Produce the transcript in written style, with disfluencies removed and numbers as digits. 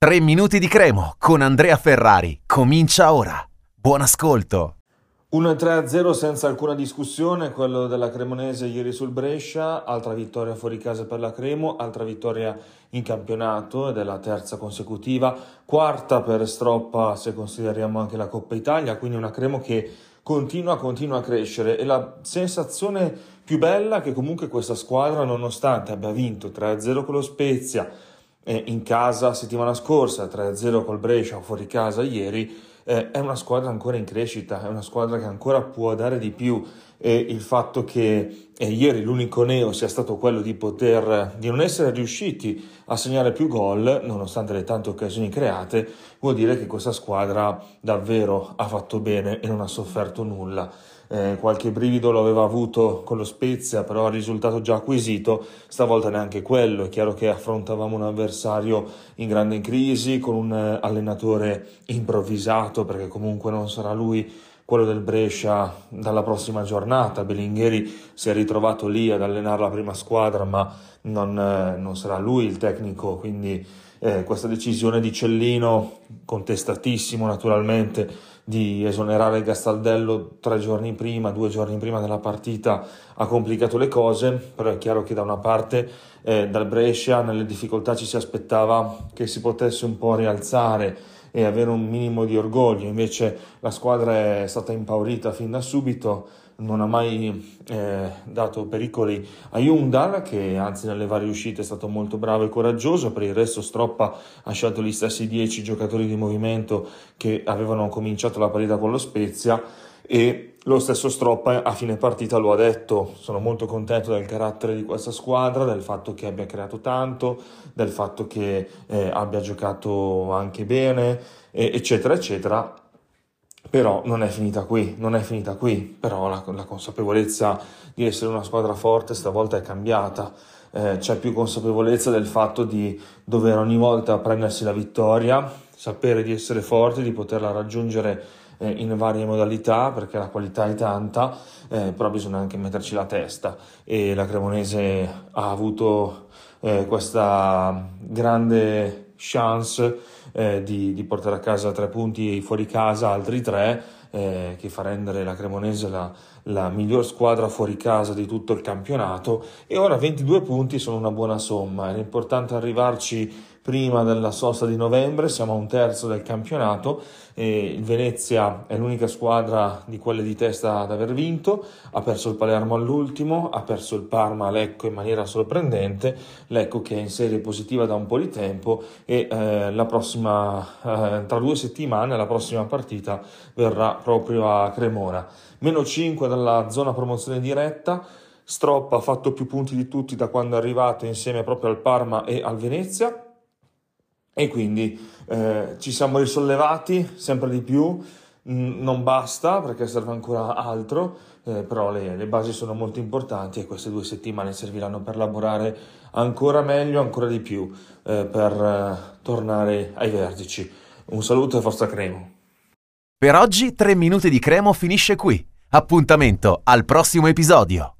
3 minuti di Cremo con Andrea Ferrari. Comincia ora. Buon ascolto. 1-3-0 senza alcuna discussione, quello della Cremonese ieri sul Brescia, altra vittoria fuori casa per la Cremo, altra vittoria in campionato ed è la terza consecutiva, quarta per Stroppa se consideriamo anche la Coppa Italia, quindi una Cremo che continua a crescere e la sensazione più bella è che comunque questa squadra, nonostante abbia vinto 3-0 con lo Spezia, in casa settimana scorsa, 3-0 col Brescia fuori casa ieri, è una squadra ancora in crescita, è una squadra che ancora può dare di più e il fatto che ieri l'unico neo sia stato quello di non essere riusciti a segnare più gol, nonostante le tante occasioni create, vuol dire che questa squadra davvero ha fatto bene e non ha sofferto nulla. Qualche brivido lo aveva avuto con lo Spezia, però il risultato già acquisito, stavolta neanche quello. È chiaro che affrontavamo un avversario in grande crisi, con un allenatore improvvisato, perché comunque non sarà lui quello del Brescia dalla prossima giornata. Bellingheri si è ritrovato lì ad allenare la prima squadra, ma non sarà lui il tecnico, quindi questa decisione di Cellino, contestatissimo naturalmente, di esonerare Gastaldello 2 giorni prima della partita, ha complicato le cose. Però è chiaro che da una parte dal Brescia nelle difficoltà ci si aspettava che si potesse un po' rialzare e avere un minimo di orgoglio, invece la squadra è stata impaurita fin da subito, non ha mai dato pericoli a Ljungdahl, che anzi nelle varie uscite è stato molto bravo e coraggioso. Per il resto Stroppa ha scelto gli stessi 10 giocatori di movimento che avevano cominciato la partita con lo Spezia, e lo stesso Stroppa a fine partita lo ha detto: sono molto contento del carattere di questa squadra, del fatto che abbia creato tanto, del fatto che abbia giocato anche bene, eccetera eccetera. Però non è finita qui, però la consapevolezza di essere una squadra forte stavolta è cambiata. C'è più consapevolezza del fatto di dover ogni volta prendersi la vittoria, sapere di essere forti, di poterla raggiungere in varie modalità, perché la qualità è tanta, però bisogna anche metterci la testa, e la Cremonese ha avuto questa grande chance di portare a casa 3 punti fuori casa, altri 3, che fa rendere la Cremonese la miglior squadra fuori casa di tutto il campionato. E ora 22 punti sono una buona somma, era importante arrivarci prima della sosta di novembre, siamo a 1/3 del campionato e il Venezia è l'unica squadra di quelle di testa ad aver vinto, ha perso il Palermo all'ultimo, ha perso il Parma a Lecco in maniera sorprendente, Lecco che è in serie positiva da un po' di tempo, e la prossima tra 2 settimane la prossima partita verrà proprio a Cremona. -5 dalla zona promozione diretta. Stroppa ha fatto più punti di tutti da quando è arrivato, insieme proprio al Parma e al Venezia, e quindi ci siamo risollevati sempre di più. Non basta, perché serve ancora altro, però le basi sono molto importanti e queste 2 settimane serviranno per lavorare ancora meglio, ancora di più, per tornare ai vertici. Un saluto e forza Cremo. Per oggi 3 minuti di Cremo finisce qui. Appuntamento al prossimo episodio.